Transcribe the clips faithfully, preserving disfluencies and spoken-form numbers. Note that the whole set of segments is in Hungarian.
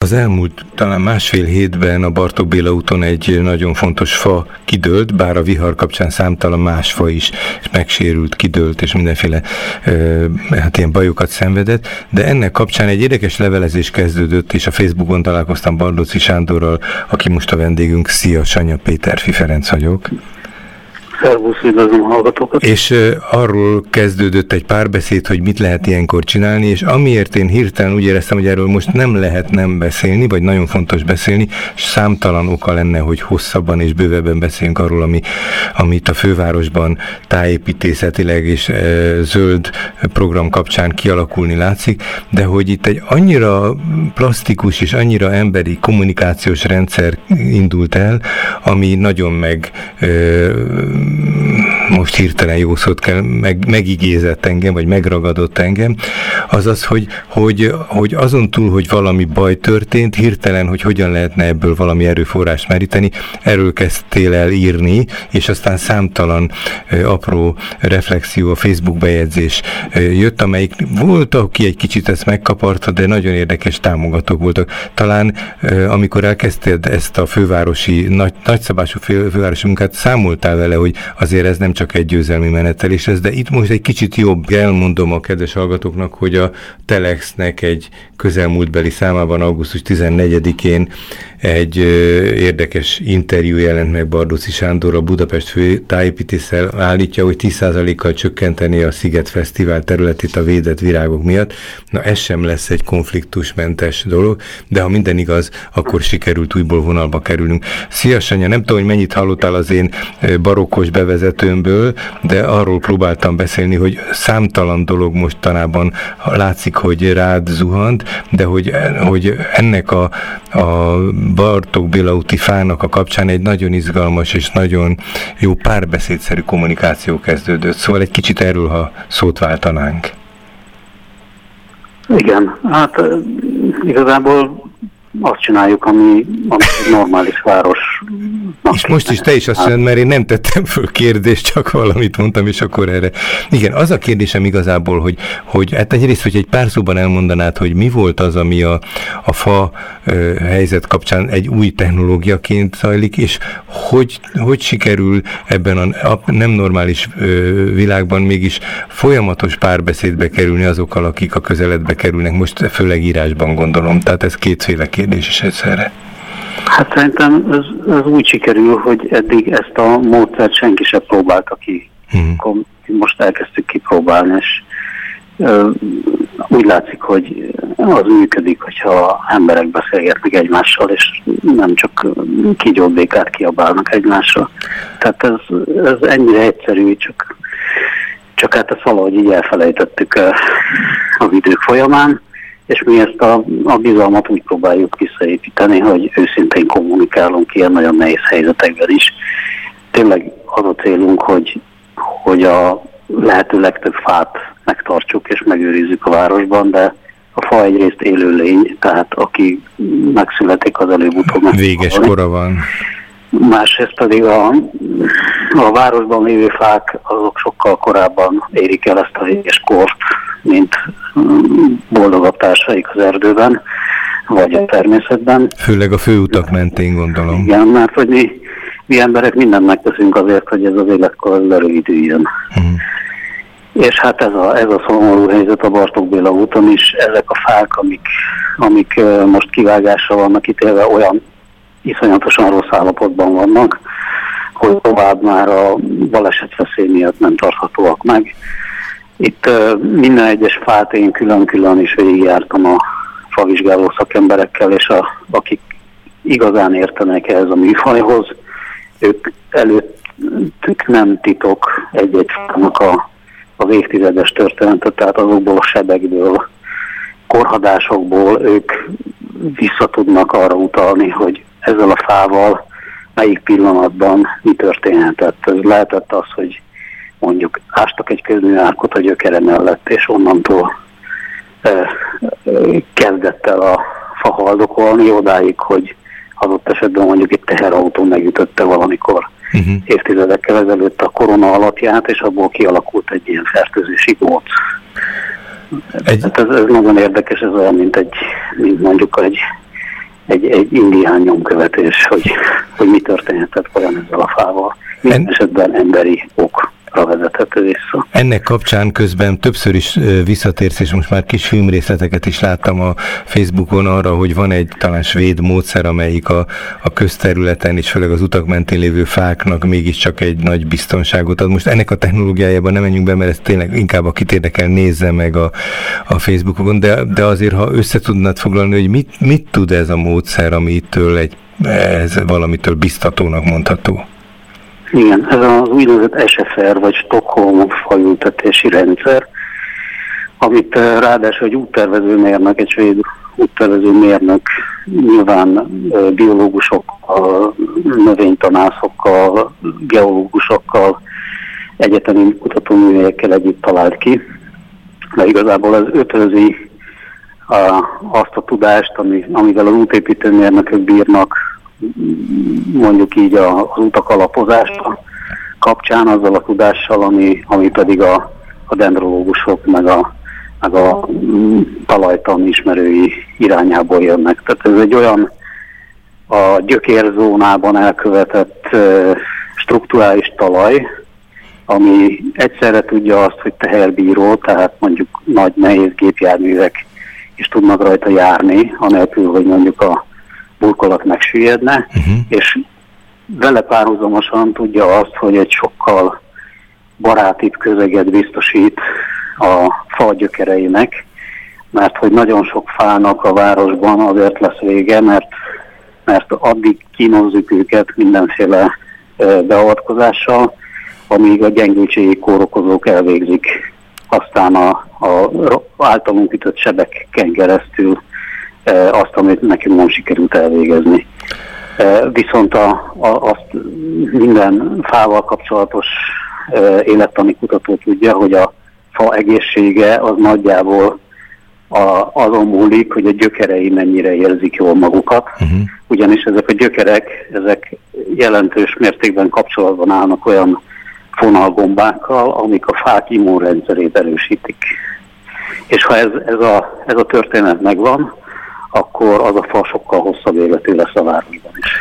Az elmúlt talán másfél hétben a Bartók Béla úton egy nagyon fontos fa kidőlt, bár a vihar kapcsán számtalan más fa is megsérült, kidőlt, és mindenféle ö, hát ilyen bajokat szenvedett, de ennek kapcsán egy érdekes levelezés kezdődött, és a Facebookon találkoztam Bardóczy Sándorral, aki most a vendégünk. Szia, Sanya, Péterfi Ferenc vagyok. Szervusz, üdvözlöm a hallgatókat. És uh, arról kezdődött egy párbeszéd, hogy mit lehet ilyenkor csinálni, és amiért én hirtelen úgy éreztem, hogy erről most nem lehet nem beszélni, vagy nagyon fontos beszélni, és számtalan oka lenne, hogy hosszabban és bővebben beszéljünk arról, ami, amit a fővárosban tájépítészetileg és uh, zöld program kapcsán kialakulni látszik, de hogy itt egy annyira plastikus és annyira emberi kommunikációs rendszer indult el, ami nagyon meg uh, most hirtelen jó szót kell, meg, megigézett engem, vagy megragadott engem, az az, hogy, hogy, hogy azon túl, hogy valami baj történt, hirtelen, hogy hogyan lehetne ebből valami erőforrást meríteni, erről kezdtél el írni, és aztán számtalan ö, apró reflexió, a Facebook bejegyzés ö, jött, amelyik volt, aki egy kicsit ezt megkaparta, de nagyon érdekes támogatók voltak. Talán ö, amikor elkezdted ezt a fővárosi, nagy, nagyszabású fő, fővárosi munkát, számoltál vele, hogy azért ez nem csak egy győzelmi menetelés lesz, de itt most egy kicsit jobb. Elmondom a kedves hallgatóknak, hogy a Telexnek egy közelmúltbeli számában augusztus tizennegyedikén egy ö, érdekes interjú jelent meg Bardóczy Sándor, a Budapest fő tájépítéssel, állítja, hogy tíz százalékkal csökkenteni a Sziget Fesztivál területét a védett virágok miatt. Na ez sem lesz egy konfliktusmentes dolog, de ha minden igaz, akkor sikerült újból vonalba kerülnünk. Szia, Sanya, nem tudom, hogy mennyit hallottál az én barokkos bevezetőmből, de arról próbáltam beszélni, hogy számtalan dolog mostanában látszik, hogy rád zuhant, de hogy, hogy ennek a, a Bartók Béla úti fának a kapcsán egy nagyon izgalmas és nagyon jó párbeszédszerű kommunikáció kezdődött. Szóval egy kicsit erről, ha szót váltanánk. Igen, hát igazából azt csináljuk, ami, ami egy normális város. És most is te is azt mondod, mert én nem tettem föl kérdést, csak valamit mondtam, és akkor erre. Igen, az a kérdésem igazából, hogy, hogy hát egyrészt, hogy egy pár szóban elmondanád, hogy mi volt az, ami a, a fa ö, helyzet kapcsán egy új technológiaként zajlik, és hogy, hogy sikerül ebben a, a nem normális ö, világban mégis folyamatos párbeszédbe kerülni azokkal, akik a közeledbe kerülnek, most főleg írásban gondolom, tehát ez kétféle kérdés is egyszerre. Hát szerintem ez, ez úgy sikerül, hogy eddig ezt a módszert senki sem próbálta ki. Hmm. Akkor most elkezdtük kipróbálni, és ö, úgy látszik, hogy az működik, hogyha emberek beszélgetnek egymással, és nem csak kígyóbbékát kiabálnak egymásra. Tehát ez, ez ennyire egyszerű, csak, csak hát ezt valahogy így elfelejtettük a, a idők folyamán, és mi ezt a, a bizalmat úgy próbáljuk visszaépíteni, hogy őszintén kommunikálunk ilyen nagyon nehéz helyzetekben is. Tényleg az a célunk, hogy, hogy a lehető legtöbb fát megtartsuk és megőrizzük a városban, de a fa egyrészt élőlény, tehát aki megszületik, az előbb-utóbb meg véges kora van. Másrészt pedig a, a városban lévő fák azok sokkal korábban érik el ezt a véges kort, mint boldogabb társaik az erdőben, vagy a természetben. Főleg a főutak mentén, gondolom. Igen, mert hogy mi, mi emberek mindent megteszünk azért, hogy ez az életkor lerövidüljön. Hmm. És hát ez a, ez a szomorú helyzet a Bartók Béla úton is. Ezek a fák, amik, amik most kivágásra vannak ítélve, olyan iszonyatosan rossz állapotban vannak, hogy tovább már a balesetveszély miatt nem tarthatóak meg. Itt uh, minden egyes fát én külön-külön is végigjártam a favizsgáló szakemberekkel, és a, akik igazán értenek ehhez a műfajhoz, ők előttük nem titok egy-egy fának a, az évtizedes történetet, tehát azokból a sebekből, korhadásokból ők vissza tudnak arra utalni, hogy ezzel a fával melyik pillanatban mi történhetett. Ez lehetett az, hogy mondjuk ástak egy közműárkot a gyökere mellett, és onnantól e, e, kezdett el a fa haldokolni odáig, hogy adott esetben mondjuk egy teherautó megütötte valamikor uh-huh. évtizedekkel ezelőtt a korona alapját, és abból kialakult egy ilyen fertőzési góc. Egy... Hát ez, ez nagyon érdekes, ez olyan, mint, egy, mint mondjuk egy egy indián nyomkövetés, hogy, hogy mi történhetett olyan ezzel a fával. Minden en... esetben emberi okra vezethető vissza. Ennek kapcsán közben többször is visszatérsz, és most már kis filmrészleteket is láttam a Facebookon arra, hogy van egy talán svéd módszer, amelyik a, a közterületen és főleg az utak mentén lévő fáknak mégiscsak egy nagy biztonságot ad. Most ennek a technológiájában nem menjünk be, mert ez tényleg inkább akit érdekel, nézze meg a, a Facebookon, de, de azért, ha összetudnád foglalni, hogy mit, mit tud ez a módszer, amitől egy, ez valamitől biztatónak mondható? Igen, ez az úgynevezett es ef er, vagy Stockholm fajültetési rendszer, amit ráadásul egy úttervező mérnök, egy svéd úttervező mérnök nyilván biológusokkal, növénytanászokkal, geológusokkal, egyetemi kutatóműhelyekkel együtt talált ki, de igazából ez ötvözi a, azt a tudást, ami, amivel az útépítőmérnökök bírnak, mondjuk így az utak alapozása kapcsán, azzal a tudással, ami, ami pedig a, a dendrológusok, meg a, meg a talajtan ismerői irányából jönnek. Tehát ez egy olyan a gyökérzónában elkövetett uh, strukturális talaj, ami egyszerre tudja azt, hogy teherbíró, tehát mondjuk nagy nehéz gépjárművek is tudnak rajta járni, anélkül, hogy mondjuk a burkolat megsüllyedne, uh-huh. és vele párhuzamosan tudja azt, hogy egy sokkal barátibb közeget biztosít a fa gyökereinek, mert hogy nagyon sok fának a városban azért lesz vége, mert, mert addig kínozzuk őket mindenféle beavatkozással, amíg a gyengültségi kórokozók elvégzik aztán a, a általunk ütött sebeken keresztül azt, amit nekünk nem sikerült elvégezni. Viszont a, a, azt minden fával kapcsolatos élettani kutató tudja, hogy a fa egészsége az nagyjából a, azon múlik, hogy a gyökerei mennyire érzik jól magukat, uh-huh. ugyanis ezek a gyökerek, ezek jelentős mértékben kapcsolatban állnak olyan fonalgombákkal, amik a fák immunrendszerét erősítik. És ha ez, ez, a, ez a történet megvan, akkor az a fa sokkal hosszabb életű lesz a városban is.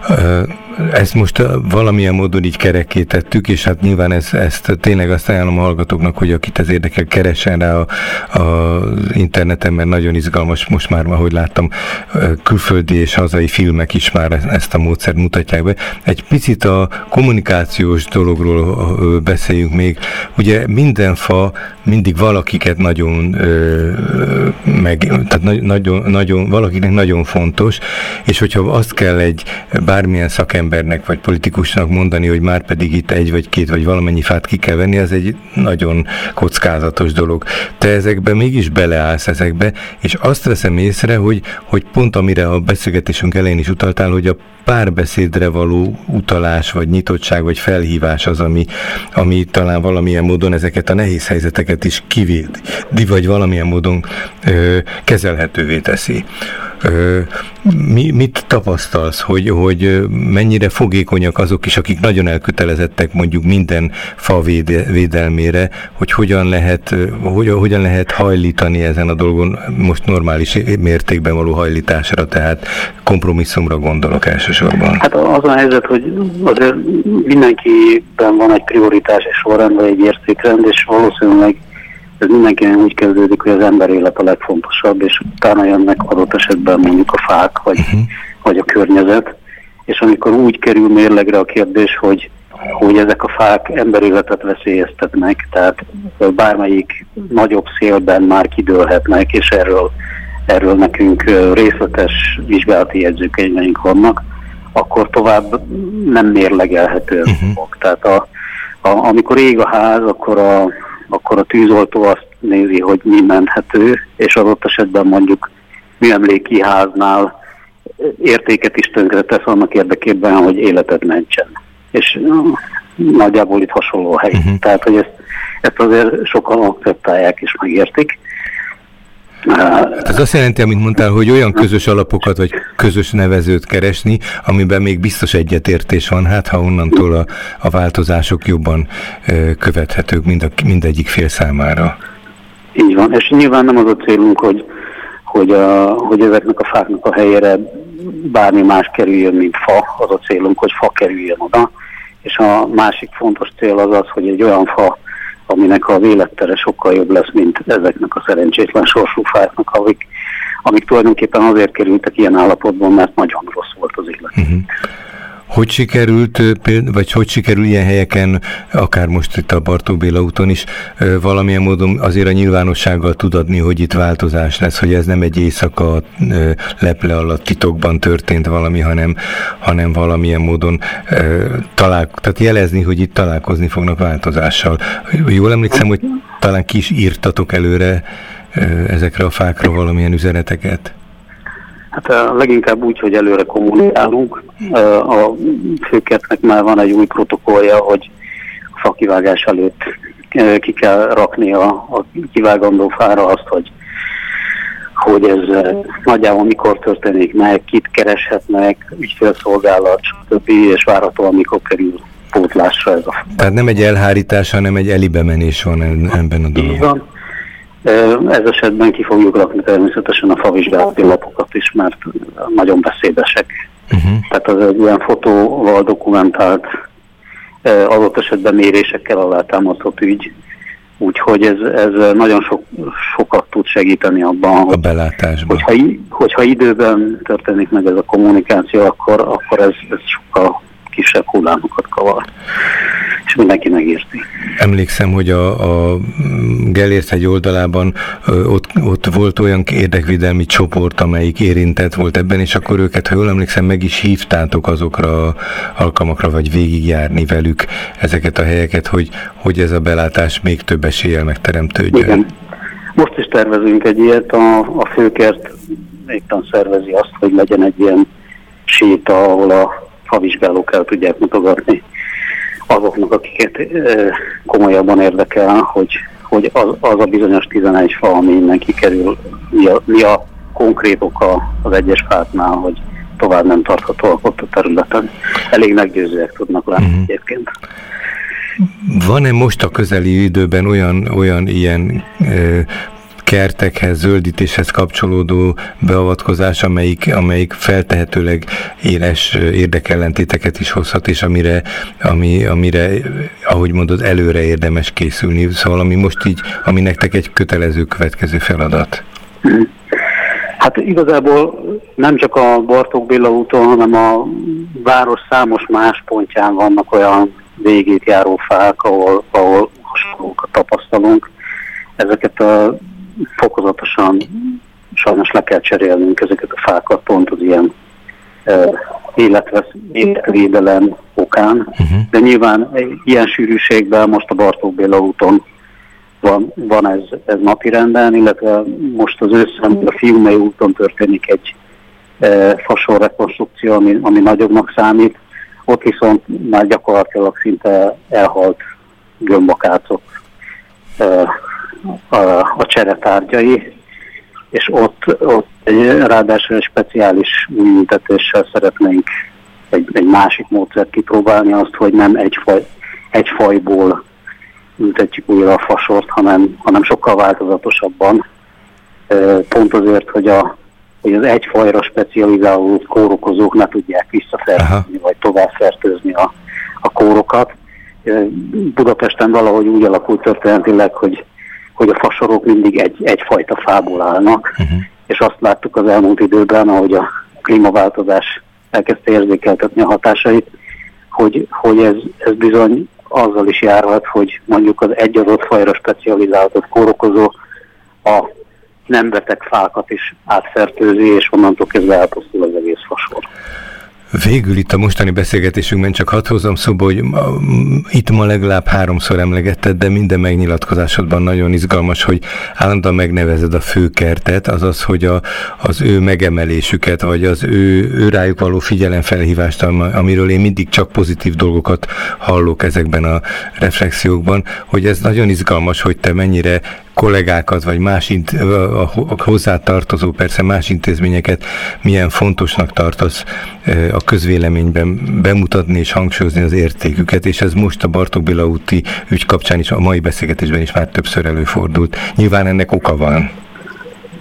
Ezt most valamilyen módon így kerekítettük, és hát nyilván ez, ezt tényleg azt ajánlom a hallgatóknak, hogy akit ez érdekel, keressen rá a, a interneten, mert nagyon izgalmas, most már, ahogy láttam, külföldi és hazai filmek is már ezt a módszert mutatják be. Egy picit a kommunikációs dologról beszéljünk még. Ugye minden fa mindig valakiket nagyon meg, tehát nagyon, nagyon, valakinek nagyon fontos, és hogyha azt kell egy bármilyen szakembernek vagy politikusnak mondani, hogy már pedig itt egy vagy két vagy valamennyi fát ki kell venni, az egy nagyon kockázatos dolog. Te ezekbe mégis beleállsz ezekbe, és azt veszem észre, hogy, hogy pont amire a beszélgetésünk elején is utaltál, hogy a párbeszédre való utalás, vagy nyitottság, vagy felhívás az, ami, ami talán valamilyen módon ezeket a nehéz helyzeteket is kivédi, vagy valamilyen módon ö, kezelhetővé teszi. Ö, mi, mit tapasztalsz, hogy, hogy mennyire fogékonyak azok is, akik nagyon elkötelezettek mondjuk minden fa véde, védelmére, hogy hogyan lehet, hogy, hogyan lehet hajlítani ezen a dolgon, most normális mértékben való hajlításra, tehát kompromisszumra gondolok elsősorban. Hát az a helyzet, hogy azért mindenkiben van egy prioritás és sorrendben egy értékrend, és valószínűleg ez mindenkinek úgy kezdődik, hogy az ember élet a legfontosabb, és utána jönnek adott esetben mondjuk a fák, vagy, uh-huh. vagy a környezet. És amikor úgy kerül mérlegre a kérdés, hogy, hogy ezek a fák emberéletet veszélyeztetnek, tehát bármelyik nagyobb szélben már kidőlhetnek, és erről, erről nekünk részletes vizsgálati jegyzőkönyveink vannak, akkor tovább nem mérlegelhető ez uh-huh. fog. Tehát a, a, amikor ég a ház, akkor a akkor a tűzoltó azt nézi, hogy mi menthető, és adott esetben mondjuk műemléki háznál értéket is tönkretesz annak érdekében, hogy életet mentsen. És nagyjából itt hasonló hely. Uh-huh. Tehát, hogy ezt, ezt azért sokan akceptálják és megértik. Hát ez azt jelenti, amit mondtál, hogy olyan közös alapokat, vagy közös nevezőt keresni, amiben még biztos egyetértés van, hát ha onnantól a, a változások jobban ö, követhetők mind a, mindegyik fél számára. Így van, és nyilván nem az a célunk, hogy, hogy, a, hogy ezeknek a fáknak a helyére bármi más kerüljön, mint fa. Az a célunk, hogy fa kerüljön oda. És a másik fontos cél az az, hogy egy olyan fa, aminek az élettere sokkal jobb lesz, mint ezeknek a szerencsétlen sorsú fáknak, amik, amik tulajdonképpen azért kerültek ilyen állapotban, mert nagyon rossz volt az élet. Uh-huh. Hogy sikerült, vagy hogy sikerül ilyen helyeken, akár most itt a Bartók Béla úton is, valamilyen módon azért a nyilvánossággal tud adni, hogy itt változás lesz, hogy ez nem egy éjszaka leple alatt titokban történt valami, hanem, hanem valamilyen módon talál, tehát jelezni, hogy itt találkozni fognak változással. Jól emlékszem, hogy talán ki is írtatok előre ezekre a fákra valamilyen üzeneteket? Hát leginkább úgy, hogy előre kommunikálunk. A főkertnek már van egy új protokollja, hogy a fakivágás előtt ki kell rakni a, a kivágandó fára azt, hogy, hogy ez nagyjából mikor történik meg, kit kereshetnek, ügyfélszolgálat, stb. És várhatóan mikor kerül pótlásra ez a fa. Tehát nem egy elhárítás, hanem egy elibemenés van ebben a dologban. Így van. Ez esetben ki fogjuk rakni természetesen a favizsgálati lapokat is, mert nagyon beszédesek. Uh-huh. Tehát az egy ilyen fotóval dokumentált, adott esetben mérésekkel alátámasztott ügy. Úgyhogy ez, ez nagyon sok, sokat tud segíteni abban, a belátásban. Hogyha, hogyha időben történik meg ez a kommunikáció, akkor, akkor ez, ez sokkal kisebb hullámokat kavar. És mindenki megérti. Emlékszem, hogy a, a Gellérthegy oldalában ott, ott volt olyan érdekvédelmi csoport, amelyik érintett volt ebben, és akkor őket, ha jól emlékszem, meg is hívtátok azokra a alkalmakra, vagy végigjárni velük ezeket a helyeket, hogy, hogy ez a belátás még több eséllyel megteremtődjön. Igen. Most is tervezünk egy ilyet, a, a főkert éppen szervezi azt, hogy legyen egy ilyen séta, ahol a favizsgálók el tudják mutogatni azoknak, akiket e, komolyabban érdekel, hogy, hogy az, az a bizonyos tizenegy fa, ami innen kikerül, mi a, mi a konkrét oka az egyes fáknál, hogy tovább nem tarthatóak ott a területen. Elég meggyőzőek tudnak lenni uh-huh. egyébként. Van-e most a közeli időben olyan, olyan ilyen e, kertekhez, zöldítéshez kapcsolódó beavatkozás, amelyik, amelyik feltehetőleg éles érdekellentéteket is hozhat, és amire, ami, amire, ahogy mondod, előre érdemes készülni. Szóval ami most így, ami nektek egy kötelező következő feladat. Hát igazából nem csak a Bartók Béla úton, hanem a város számos más pontján vannak olyan végét járó fák, ahol, ahol hasonlókat tapasztalunk. Ezeket a fokozatosan sajnos le kell cserélnünk ezeket a fákat pont az ilyen uh, életvédelem okán. Uh-huh. De nyilván ilyen sűrűségben most a Bartók Béla úton van, van ez, ez napirenden, illetve most az ősszel a Fiumei úton történik egy uh, fasor rekonstrukció, ami, ami nagyobbnak számít. Ott viszont már gyakorlatilag szinte elhalt gömbakácok uh, A, a cseretárgyai, és ott, ott egy, ráadásul egy speciális új ültetéssel szeretnénk egy, egy másik módszert kipróbálni, azt, hogy nem egy, faj, egy fajból ültetjük újra a fasort, hanem, hanem sokkal változatosabban. Pont azért, hogy, a, hogy az egy fajra specializálódott kórokozók ne tudják visszafertőzni, vagy tovább fertőzni a, a kórokat. Budapesten valahogy úgy alakult történetileg, hogy hogy a fasorok mindig egy, egyfajta fából állnak, uh-huh. és azt láttuk az elmúlt időben, ahogy a klímaváltozás elkezdte érzékeltetni a hatásait, hogy, hogy ez, ez bizony azzal is járhat, hogy mondjuk az egy adott fajra specializálódott kórokozó a nem beteg fákat is átfertőzi, és onnantól kezdve elpusztul az egész fasor. Végül itt a mostani beszélgetésünkben csak hadd hozzam szóba, hogy ma, itt ma legalább háromszor emlegetted, de minden megnyilatkozásodban nagyon izgalmas, hogy állandóan megnevezed a főkertet, azaz, hogy a, az ő megemelésüket, vagy az ő, ő rájuk való figyelemfelhívást, amiről én mindig csak pozitív dolgokat hallok ezekben a reflexiókban, hogy ez nagyon izgalmas, hogy te mennyire kollégákat, vagy más int- a hozzátartozó persze más intézményeket milyen fontosnak tartasz a közvéleményben bemutatni és hangsúlyozni az értéküket, és ez most a Bartók Béla úti ügy kapcsán is, a mai beszélgetésben is már többször előfordult. Nyilván ennek oka van.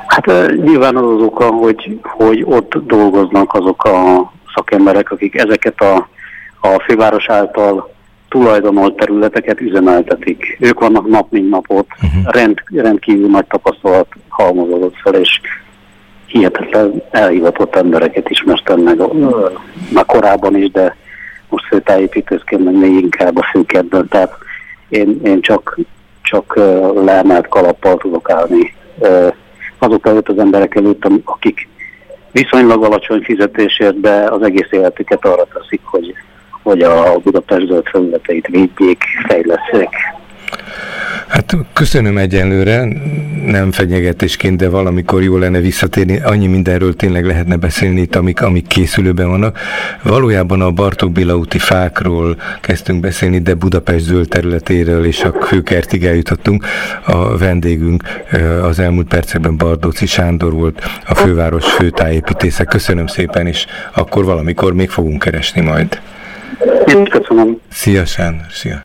Hát nyilván az az oka, hogy, hogy ott dolgoznak azok a szakemberek, akik ezeket a, a főváros által tulajdonolt területeket üzemeltetik. Ők vannak nap mint nap ott, uh-huh. Rend, rendkívül nagy tapasztalat halmozódott fel, és hihetetlen elhivatott embereket ismertem meg már korábban is, de most főtájépítőszként meg még inkább a főkertben. Tehát én, én csak, csak leemelt kalappal tudok állni azok előtt az emberek előtt, akik viszonylag alacsony fizetésért, de az egész életüket arra teszik, hogy, hogy a Budapest zöld felületeit védjék, fejleszék. Hát köszönöm egyenlőre, nem fenyegetésként, de valamikor jó lenne visszatérni. Annyi mindenről tényleg lehetne beszélni itt, amik, amik készülőben vannak. Valójában a Bartók Béla úti fákról kezdtünk beszélni, de Budapest zöld területéről és a Főkertig eljutottunk. A vendégünk az elmúlt percekben Bardóczy Sándor volt, a főváros főtájépítésze. Köszönöm szépen, és akkor valamikor még fogunk keresni majd. Én köszönöm. Szia, Sándor, szia.